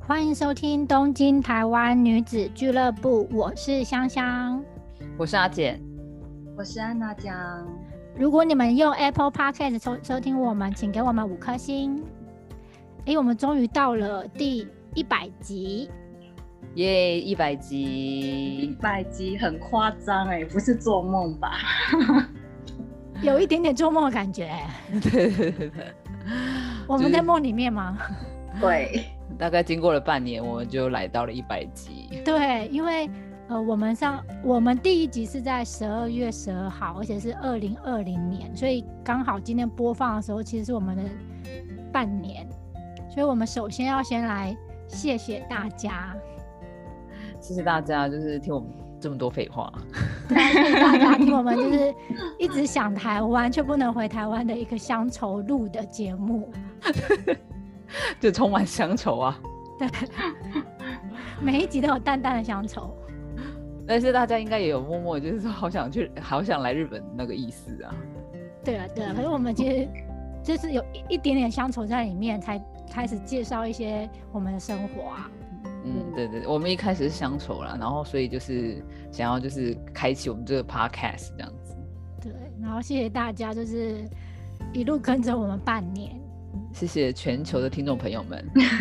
欢迎收听东京台湾女子俱乐部，我是香香， 我是阿简， 我是安娜江。 如果你们用 Apple Podcast 收听我们，请给我们5颗星。我们终于到了第100集， 耶！100集 ，100集很夸张哎，不是做梦吧？ 有一点点做梦的感觉。 对， 我们在梦里面吗？ 对， 大概经过了半年，我们就来到了100集。 对，因为我们第一集是在12月12号，而且是2020年，所以刚好今天播放的时候，其实是我们的半年。所以我们首先要先来谢谢大家， 谢谢大家，就是听我们这么多废话。 对，谢谢大家听我们就是一直想台湾却不能回台湾的一个乡愁录的节目， 就充满乡愁啊。 对，每一集都有淡淡的乡愁。 但是大家应该也有默默就是说好想来日本那个意思啊。 对啊，可是我们其实就是有一点点乡愁在里面，才开始介绍一些我们的生活啊。 对，我们一开始是乡愁啦，然后所以就是想要就是开启我们这个 podcast 这样子。 对，然后谢谢大家就是一路跟着我们半年， 谢谢全球的听众朋友们。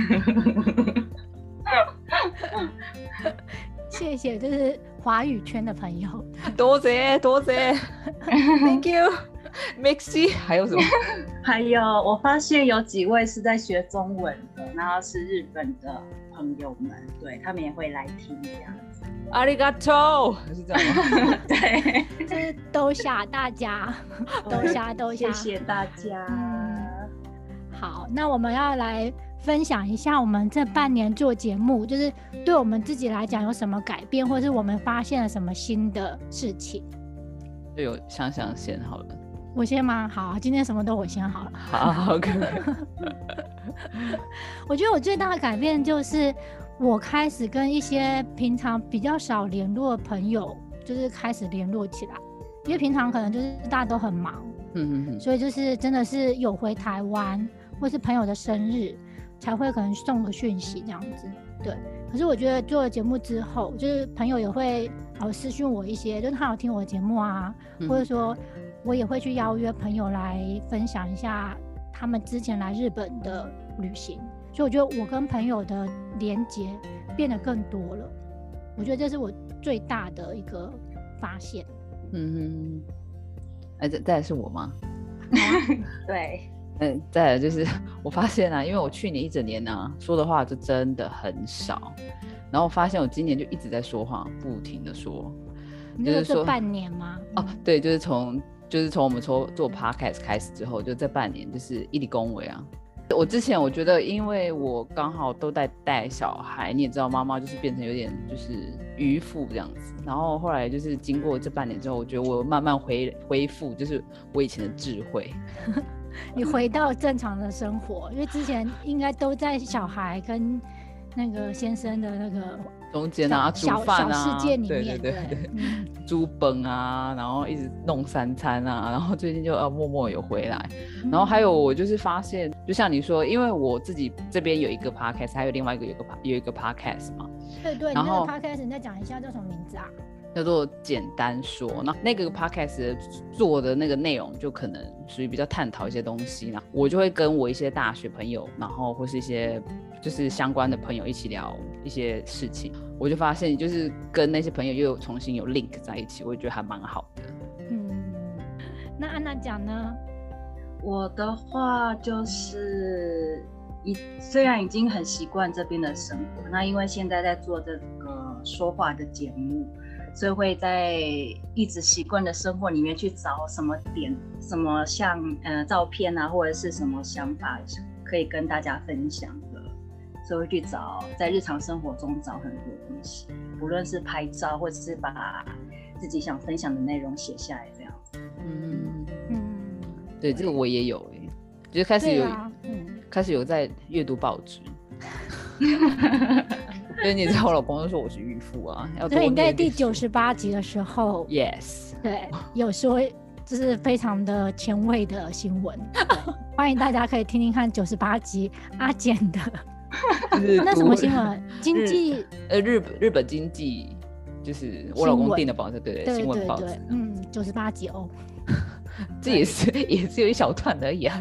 谢谢就是华语圈的朋友， 多谢，Thank you。Mixi 还有什么？ 还有我发现有几位是在学中文的，然后是日本的朋友们，对，他们也会来听这样子。 ありがとう，是这样吗？ 对， 就是都下大家，都下， 谢谢大家。 好，那我们要来分享一下我们这半年做节目，就是对我们自己来讲有什么改变，或是我们发现了什么新的事情。 就有想先好了。 我先吗？好，今天什么都我先好了。 好，可以。 我觉得我最大的改变就是我开始跟一些平常比较少联络的朋友，就是开始联络起来，因为平常可能就是大家都很忙，所以就是真的是有回台湾或是朋友的生日才会可能送个讯息这样子。对，可是我觉得做了节目之后，就是朋友也会私讯我一些，就是他有听我的节目啊，或者说我也会去邀约朋友来分享一下他们之前来日本的旅行，所以我觉得我跟朋友的连结变得更多了，我觉得这是我最大的一个发现。 再来是我吗？ 对。 再来就是我发现啊，因为我去年一整年啊说的话就真的很少，然后我发现我今年就一直在说话，不停的说。 就是说半年吗？ 对，就是从我们做 podcast 开始之后，就这半年就是一直恭维啊。我之前我觉得，因为我刚好都在带小孩，你也知道，妈妈就是变成有点就是渔夫这样子。然后后来就是经过这半年之后，我觉得我慢慢恢复，就是我以前的智慧。 你回到正常的生活，因为之前应该都在小孩跟那个先生的那个中间啊，煮饭啊， 小世界里面， 对，煮本啊，然后一直弄3餐啊，然后最近就默默有回来。然后还有我就是发现，就像你说，因为我自己这边有一个 podcast， 还有另外一个有一个 podcast 嘛。 对，然后你那个 podcast 你再讲一下叫什么名字啊？ 叫做简单说，那个 podcast 做的那个内容就可能属于比较探讨一些东西，然后我就会跟我一些大学朋友，然后或是一些就是相关的朋友一起聊一些事情，我就发现就是跟那些朋友又重新有 link 在一起，我觉得还蛮好的。 那安娜讲呢？ 我的话就是虽然已经很习惯这边的生活，那因为现在在做这个说话的节目，所以会在一直习惯的生活里面去找什么点，什么像照片啊，或者是什么想法可以跟大家分享的，所以会去找在日常生活中找很多东西，不论是拍照或者是把自己想分享的内容写下来这样子。 对，这个我也有就是开始有在阅读报纸。所以你知道我老公就说我是渔夫啊，要多念。 对，你在第98集的时候 ，yes， 对，有说就是非常的前卫的新闻，欢迎大家可以听听看98集阿简的那什么新闻？经济日本经济，就是我老公订的报纸，对新闻报纸 ，98几欧。 这也是有一小段而已啊。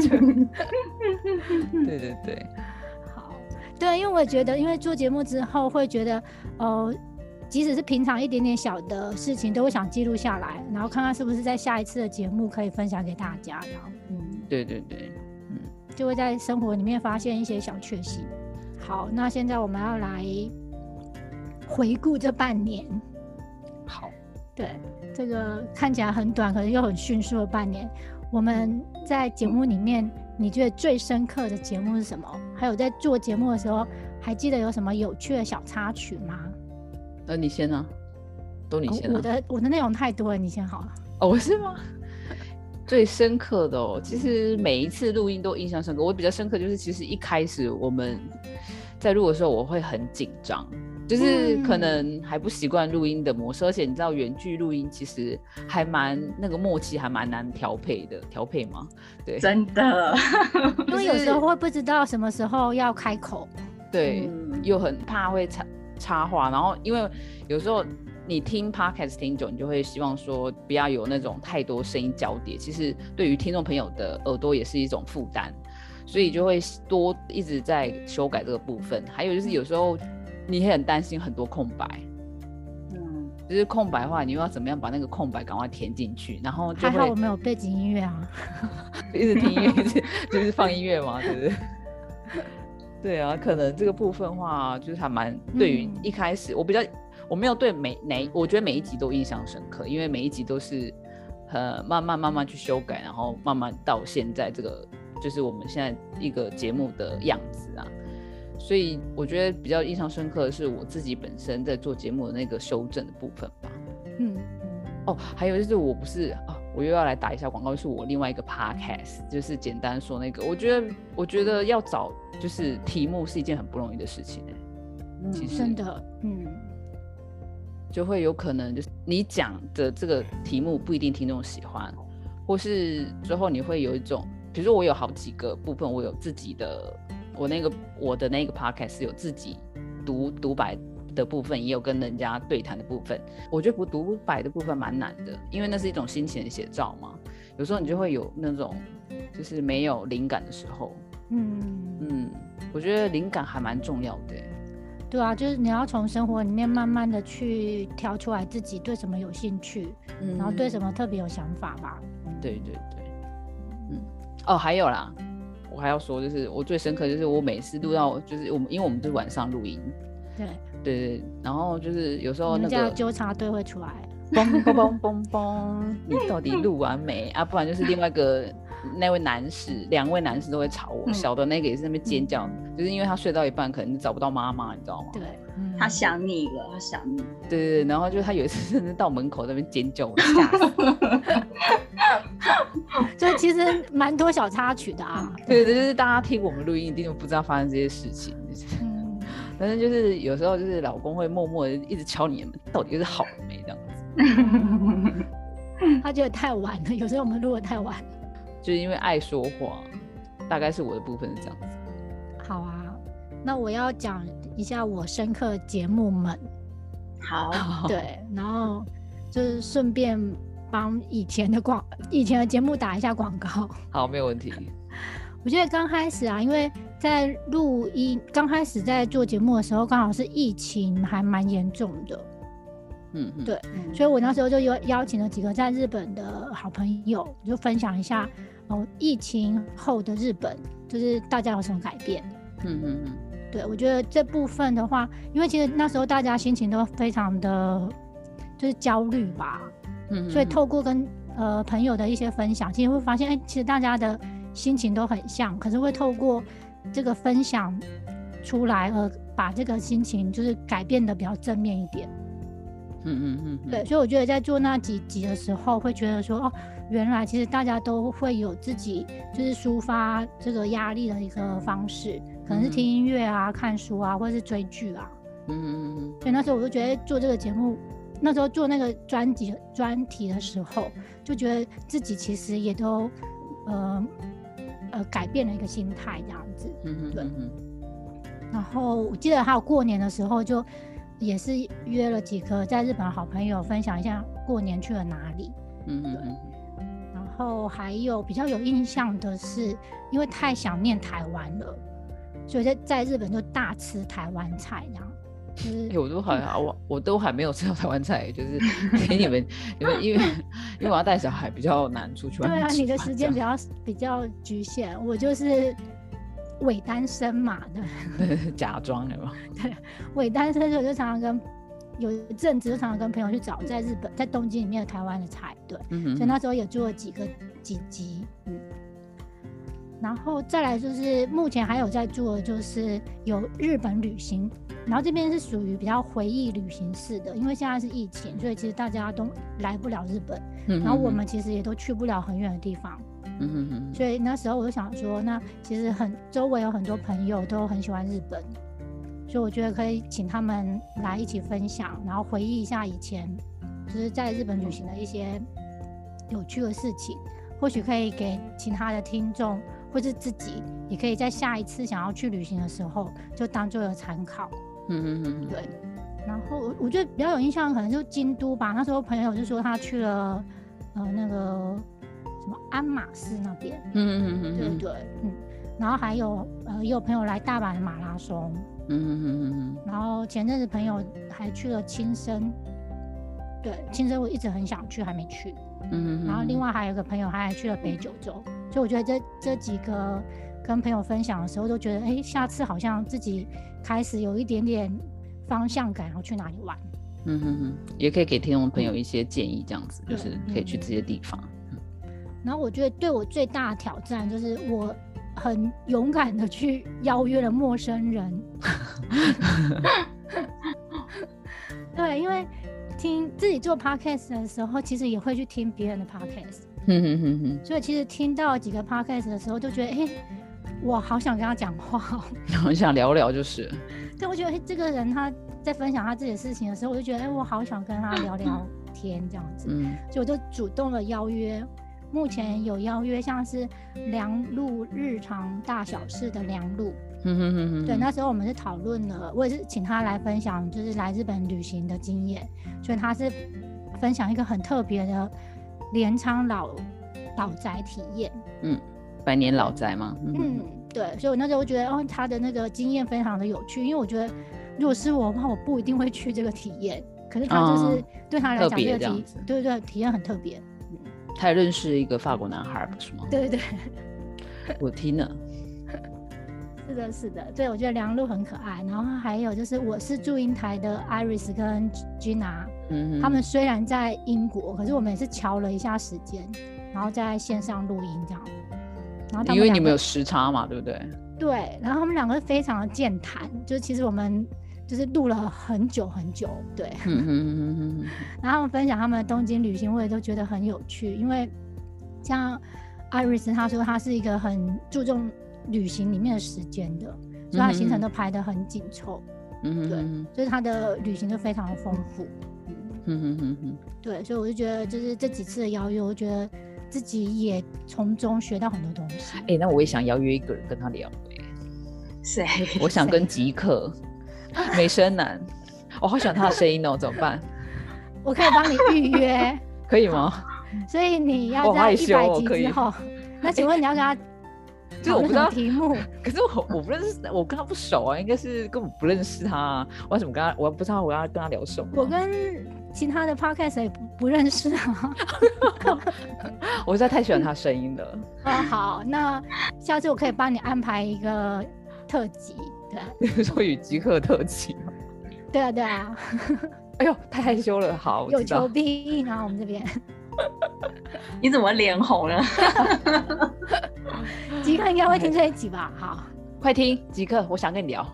对， 好，对，因为我觉得，因为做节目之后会觉得，即使是平常一点点小的事情，都会想记录下来，然后看看是不是在下一次的节目可以分享给大家。然后， 对， 就会在生活里面发现一些小确幸。好，那现在我们要来回顾这半年。 好， 对，这个看起来很短，可是又很迅速的半年，我们在节目里面，你觉得最深刻的节目是什么？还有在做节目的时候，还记得有什么有趣的小插曲吗？ 你先啊，都你先啊。 我的内容太多了，你先好了。 我是吗？最深刻的其实每一次录音都印象深刻。我比较深刻就是，其实一开始我们在录的时候，我会很紧张，就是可能还不习惯录音的模式，而且你知道远距录音其实还蛮那个默契还蛮难调配吗？对， 真的， 因为有时候会不知道什么时候要开口， 对，又很怕会插话，然后因为有时候你听 podcast 听久，你就会希望说不要有那种太多声音交叠，其实对于听众朋友的耳朵也是一种负担，所以就会多一直在修改这个部分。还有就是有时候你也很担心很多空白，就是空白的话，你又要怎么样把那个空白赶快填进去，然后就会还好我没有背景音乐啊， 一直听音乐，就是放音乐嘛，对不对？对啊，可能这个部分的话，就是还蛮对于一开始我没有对我觉得每一集都印象深刻，因为每一集都是慢慢去修改，然后慢慢到现在这个就是我们现在一个节目的样子啊。所以我觉得比较印象深刻的是我自己本身在做节目的那个修正的部分吧。还有就是我又要来打一下广告，就是我另外一个 podcast， 就是简单说那个，我觉得要找就是题目是一件很不容易的事情其实真的， 就会有可能就是你讲的这个题目不一定听众喜欢，或是最后你会有一种，比如说我有好几个部分，我有自己的，我的那个 podcast 是有自己独白的部分，也有跟人家对谈的部分。我觉得独白的部分蛮难的，因为那是一种心情的写照嘛，有时候你就会有那种就是没有灵感的时候。我觉得灵感还蛮重要的。 对啊，就是你要从生活里面慢慢的去挑出来自己对什么有兴趣，然后对什么特别有想法吧。 对，还有啦，我还要说，就是我最深刻就是我每次录到，就是因为我们是晚上录音，对，然后就是有时候那个纠察队会出来， 嘣嘣嘣嘣嘣，你到底录完没啊？不然就是另外一个那位男士，两位男士都会吵我，小的那个也是在那边尖叫，就是因为他睡到一半可能找不到妈妈，你知道吗？ 对， 他想你了，他想你。 对，然后就他有一次甚至到门口那边尖叫，我吓死。 所以其实蛮多小插曲的啊。 对，就是大家听我们录音一定不知道发生这些事情。但是就是有时候就是老公会默默的一直敲你的门，到底是好了没这样子。 他觉得太晚了，有时候我们录得太晚了。 就是因为爱说话，大概是我的部分是这样子。 好啊，那我要讲一下我深刻的节目们。 好， 对，然后就是顺便帮以前的节目打一下广告。 好，没有问题。 我觉得刚开始啊，因为在录音刚开始在做节目的时候，刚好是疫情还蛮严重的。对，所以我那时候就邀请了几个在日本的好朋友，就分享一下疫情后的日本，就是大家有什么改变。对，我觉得这部分的话，因为其实那时候大家心情都非常的就是焦虑吧，所以透过跟朋友的一些分享，其实会发现，其实大家的心情都很像，可是会透过这个分享出来，把这个心情就是改变的比较正面一点。对，所以我觉得在做那几集的时候，会觉得说，原来其实大家都会有自己就是抒发这个压力的一个方式，可能是听音乐啊、看书啊，或者是追剧啊。所以那时候我就觉得做这个节目，那时候做那个专题的时候，就觉得自己其实也都改变了一个心态，这样子。对。 然后我记得还有过年的时候，就也是约了几个在日本的好朋友，分享一下过年去了哪里。然后还有比较有印象的是，因为太想念台湾了，所以在日本就大吃台湾菜这样。 我都还没有吃到台湾菜，就是给你们因为我要带小孩比较难出去外面吃饭。 对啊，你的时间比较局限，我就是伪单身嘛，对， 假装有没有？ 对，伪单身，所以我就常常有一阵子就常常跟朋友去找在日本在东京里面的台湾的菜，对，所以那时候也做了几集，然后再来就是目前还有在做的就是有日本旅行，然后这边是属于比较回忆旅行式的，因为现在是疫情，所以其实大家都来不了日本，然后我们其实也都去不了很远的地方，所以那时候我就想说，那其实周围有很多朋友都很喜欢日本，所以我觉得可以请他们来一起分享，然后回忆一下以前就是在日本旅行的一些有趣的事情，或许可以给其他的听众或是自己也可以在下一次想要去旅行的时候就当做有参考。对。然后我觉得比较有印象可能就京都吧，那时候朋友就说他去了那个什么鞍马寺那边，对，然后还有也有朋友来大阪的马拉松，然后前阵子朋友还去了青森，对，青森我一直很想去还没去，然后另外还有一个朋友他还去了北九州，所以我觉得这几个跟朋友分享的时候都觉得下次好像自己开始有一点点方向感，然后去哪里玩， 也可以给听众朋友一些建议，这样子就是可以去这些地方。 然后我觉得对我最大的挑战就是我很勇敢的去邀约了陌生人对，因为听自己做 podcast 的时候其实也会去听别人的 podcast，所以其实听到几个 podcast 的时候就觉得我好想跟他讲话很想聊聊就是对，我觉得这个人他在分享他自己的事情的时候，我就觉得我好想跟他聊聊天这样子，所以我就主动的邀约，目前有邀约像是良露日常大小事的良露，对，那时候我们是讨论了，我也是请他来分享就是来日本旅行的经验，所以他是分享一个很特别的镰仓老宅体验百年老宅吗？ 对，所以我那时候觉得他的那个经验非常的有趣，因为我觉得如果是我的话，我不一定会去这个体验，可是他就是对他来讲这个体验很特别。 他也认识一个法国男孩不是吗？ 对， 我听了。 是的，对，我觉得良露很可爱，然后还有就是我是祝英台的 Iris 跟 Gina，他们虽然在英国，可是我们也是瞧了一下时间，然后在线上录音这样，然后因为你们有时差嘛，对不对？ 对，然后他们两个非常的健谈，就是其实我们就是录了很久，对，然后他们分享他们的东京旅行，我也都觉得很有趣，因为像 Iris 他说他是一个很注重旅行里面的时间的，所以他的行程都排得很紧凑，对，就是他的旅行就非常的丰富，对，所以我就觉得就是这几次的邀约，我觉得自己也从中学到很多东西。 那我也想邀约一个人跟他聊， 谁？ 我想跟吉克美声男，我好喜欢他的声音哦，怎么办？ 我可以帮你预约， 可以吗？ 所以你要在100集之后，那请问你要跟他讨论什么题目？ 可是我不认识，我跟他不熟啊，应该是根本不认识他啊，我要怎么跟他？我不知道我要跟他聊什么。 我跟其他的 podcast 也不认识啊。 我实在太喜欢他声音了。 好，那下次我可以帮你安排一个特辑，对。 你是说与吉克特辑吗？ 对啊。 哎呦，太害羞了。好， 有求必应啊，我们这边。 你怎么脸红了？ 吉克应该会听这一集吧？好， 快听，吉克，我想跟你聊。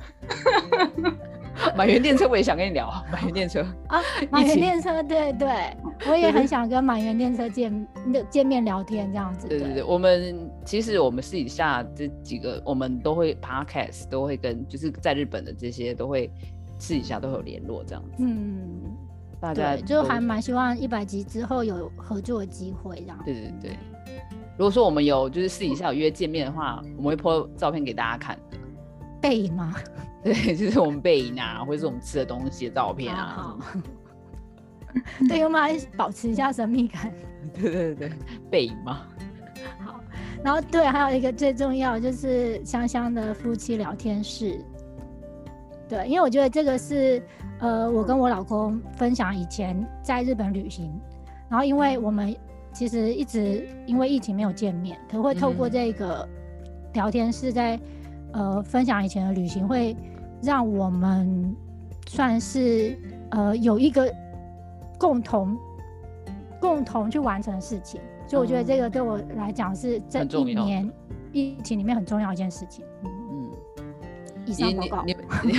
满园电车我也想跟你聊，满园电车啊，满园电车，对，我也很想跟满园电车见面聊天这样子。 对，其实我们私底下这几个我们都会 podcast 都会跟就是在日本的这些都会私底下都会有联络这样子。大家就还蛮希望100集之后有合作的机会这样。 对，如果说我们有就是私底下有约见面的话，我们会 po 照片给大家看的。 背影吗？ 对，就是我们背影啊，或者是我们吃的东西的照片啊。 对，我们要保持一下神秘感。 对，背影嘛。 好，然后对，还有一个最重要的就是香香的夫妻聊天室。对，因为我觉得这个是我跟我老公分享以前在日本旅行，然后因为我们其实一直因为疫情没有见面，可会透过这个聊天室在分享以前的旅行，会让我们算是有一个共同去完成的事情，所以我觉得这个对我来讲是这一年疫情里面很重要的一件事情。以上报告。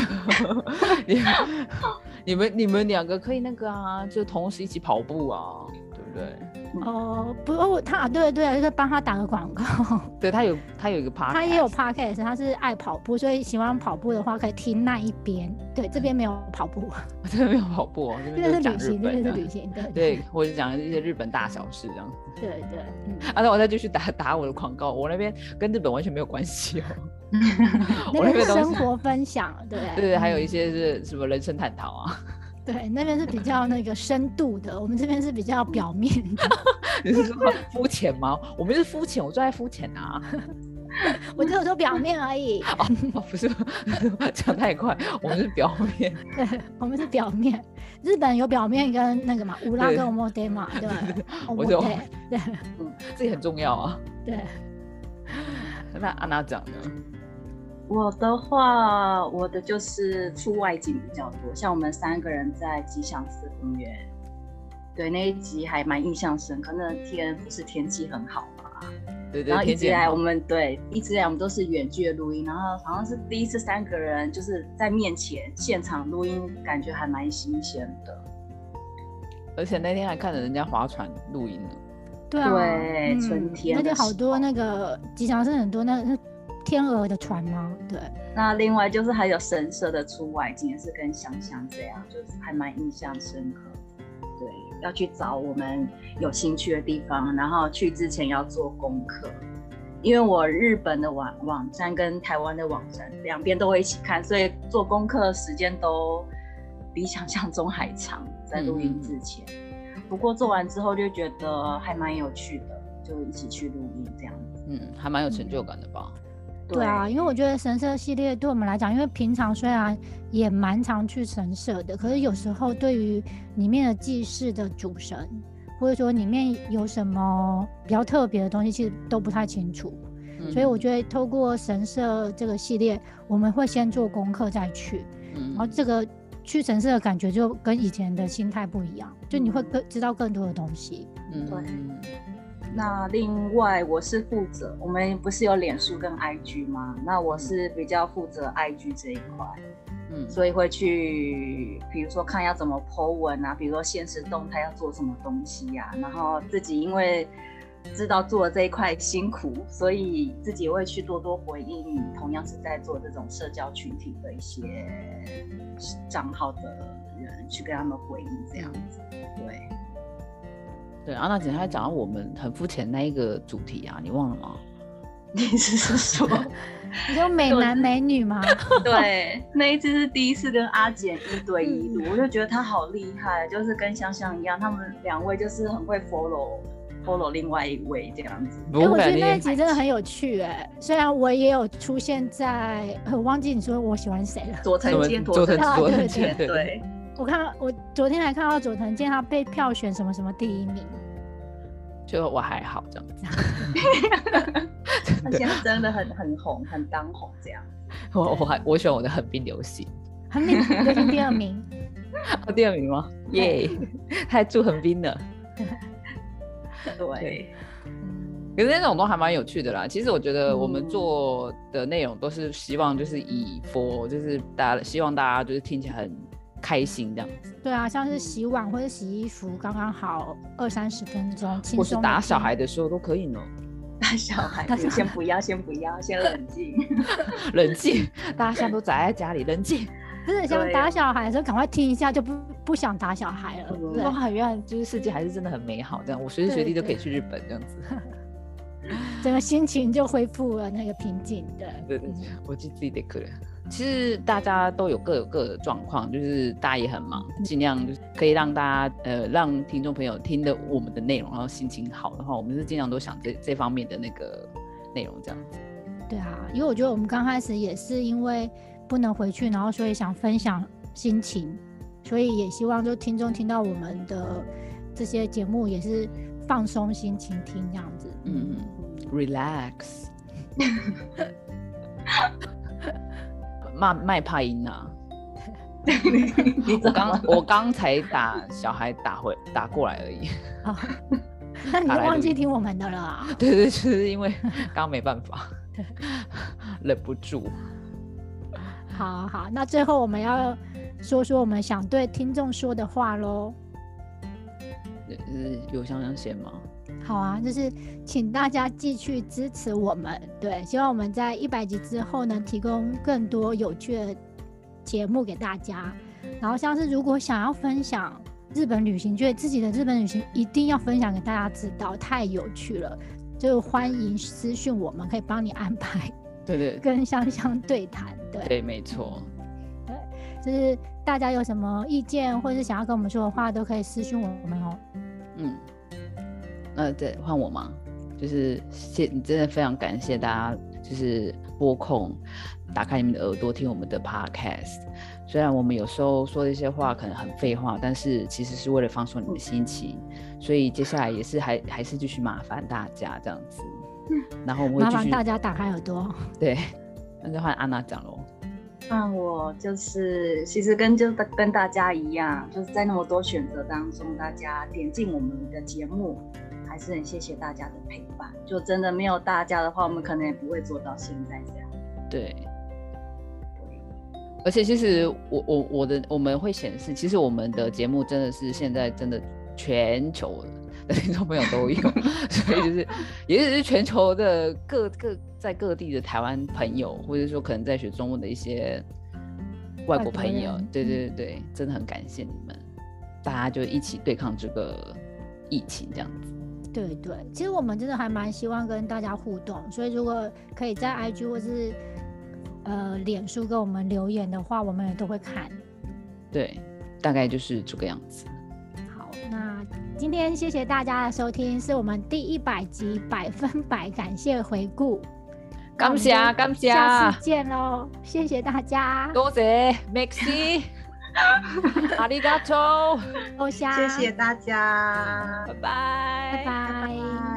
你们两个可以那个啊，就同时一起跑步啊，对不对？ 不，他对，就是帮他打个广告。 对，他有一个 podcast， 他也有 podcast， 他是爱跑步，所以喜欢跑步的话可以听那一边。对，这边没有跑步， 这边没有跑步，这边是讲日本的， 这边是旅行， 对，或者讲一些日本大小事这样子。 对， 那我再继续打我的广告，我那边跟日本完全没有关系哦。 那边是生活分享，对， 还有一些是什么人生探讨啊。 对，那边是比较那个深度的，我们这边是比较表面的。 你是说肤浅吗？我们是肤浅，我最爱肤浅啊。 我只有说表面而已。 不是，讲太快，我们是表面。 对，我们是表面。日本有表面跟那个嘛，乌拉跟欧莫德嘛，对吧？ 我就对，这也很重要啊。 对。 那安娜讲呢？ 我的话，我的就是出外景比较多，像我们3个人在吉祥寺公园，对，那一集还蛮印象深刻。那天不是天气很好嘛， 对， 然后一直以来我们都是远距的录音，然后好像是第一次3个人就是在面前现场录音，感觉还蛮新鲜的。 而且那天还看着人家划船录音呢。 对啊， 对，春天那天好多那个吉祥寺很多那天鹅的船吗？对。 那另外就是还有神社的出外景，也是跟香香这样，就是还蛮印象深刻。对，要去找我们有兴趣的地方，然后去之前要做功课，因为我日本的网站跟台湾的网站两边都会一起看，所以做功课的时间都比想象中还长，在录音之前。不过做完之后就觉得还蛮有趣的，就一起去录音这样子。 还蛮有成就感的吧？ 对啊，因为我觉得神社系列对我们来讲，因为平常虽然也蛮常去神社的，可是有时候对于里面的祭祀的主神，或者说里面有什么比较特别的东西，其实都不太清楚。所以我觉得透过神社这个系列，我们会先做功课再去，然后这个去神社的感觉就跟以前的心态不一样，就你会知道更多的东西。 对。那另外我是负责，我们不是有脸书跟 IG 吗？那我是比较负责 IG 这一块，所以会去比如说看要怎么 po 文啊，比如说限时动态要做什么东西啊，然后自己因为知道做这一块辛苦，所以自己也会去多多回应同样是在做这种社交群体的一些账号的人，去跟他们回应这样子。 对，安娜姐还讲到我们很肤浅那一个主题啊，你忘了吗？ 你是说你说美男美女吗？ 对，那一次是第一次跟阿简1对1录，我就觉得他好厉害，就是跟香香一样，他们2位就是很会 follow 另外一位这样子。 我觉得那一集真的很有趣虽然我也有出现在，我忘记你说我喜欢谁了。 佐藤健，对。 我昨天还看到佐藤健他被票选什么什么第1名， 就我还好这样子。 他现在真的很红，很当红这样。 我喜欢我的横滨流星， 横滨流星第2名。 第2名吗？耶！他还住横滨呢。 对。 可是那种都还蛮有趣的啦。其实我觉得我们做的内容都是希望就是就是希望大家就是听起来很开心这样子。 对啊，像是洗碗或者洗衣服刚刚好20-30分钟，轻松。 或是打小孩的时候都可以呢。 打小孩先不要，先冷静。 冷静，大家现在都宅在家里，冷静。 真的像打小孩的时候赶快听一下，就不想打小孩了。 哇，原来就是世界还是真的很美好，这样我随时随地都可以去日本这样子。 整个心情就恢复了那个平静。 对，我自己得可能。 其实大家都有各的状况，就是大家也很忙，尽量就是可以让大家让听众朋友听的我们的内容，然后心情好的话，我们是尽量都想这方面的那个内容这样子。 对啊，因为我觉得我们刚开始也是因为不能回去，然后所以想分享心情，所以也希望就听众听到我们的这些节目也是放松心情听这样子。 Relax 卖怕音啊我刚才打小孩打过来而已那你就忘记听我们的了啊？ 对，就是因为刚没办法忍不住。 好，那最后我们要说说我们想对听众说的话咯。 有想写吗？ 好啊，就是请大家继续支持我们，对，希望我们在100集之后能提供更多有趣的节目给大家。然后像是如果想要分享日本旅行，觉得自己的日本旅行一定要分享给大家知道，太有趣了，就欢迎私讯我们，可以帮你安排。 对， 跟香香对谈。 对，没错。 对，就是大家有什么意见或者是想要跟我们说的话，都可以私讯我们哦。 对，换我吗？就是真的非常感谢大家，就是拨空打开你们的耳朵听我们的 podcast。虽然我们有时候说的一些话可能很废话，但是其实是为了放松你们的心情，所以接下来也是还是继续麻烦大家这样子。然后我们会继续麻烦大家打开耳朵。 对，那就换安娜讲咯。 我就是其实跟大家一样，就是在那么多选择当中，大家点进我们的节目，还是很谢谢大家的陪伴。就真的没有大家的话，我们可能也不会做到现在这样。 对。而且其实我们会显示，其实我们的节目真的是现在真的全球的听众朋友都有，所以就是也是全球的在各地的台湾朋友，或者说可能在学中文的一些外国朋友，对，真的很感谢你们，大家就一起对抗这个疫情这样子。 对，其实我们真的还蛮希望跟大家互动，所以如果可以在 IG 或是脸书跟我们留言的话，我们也都会看。 对，大概就是这个样子。 好，那今天谢谢大家的收听，是我们第100集100%感谢回顾。 感谢， 下次见咯，谢谢大家。 多谢 ，Maxi， ありがとう， 谢谢大家， 拜拜。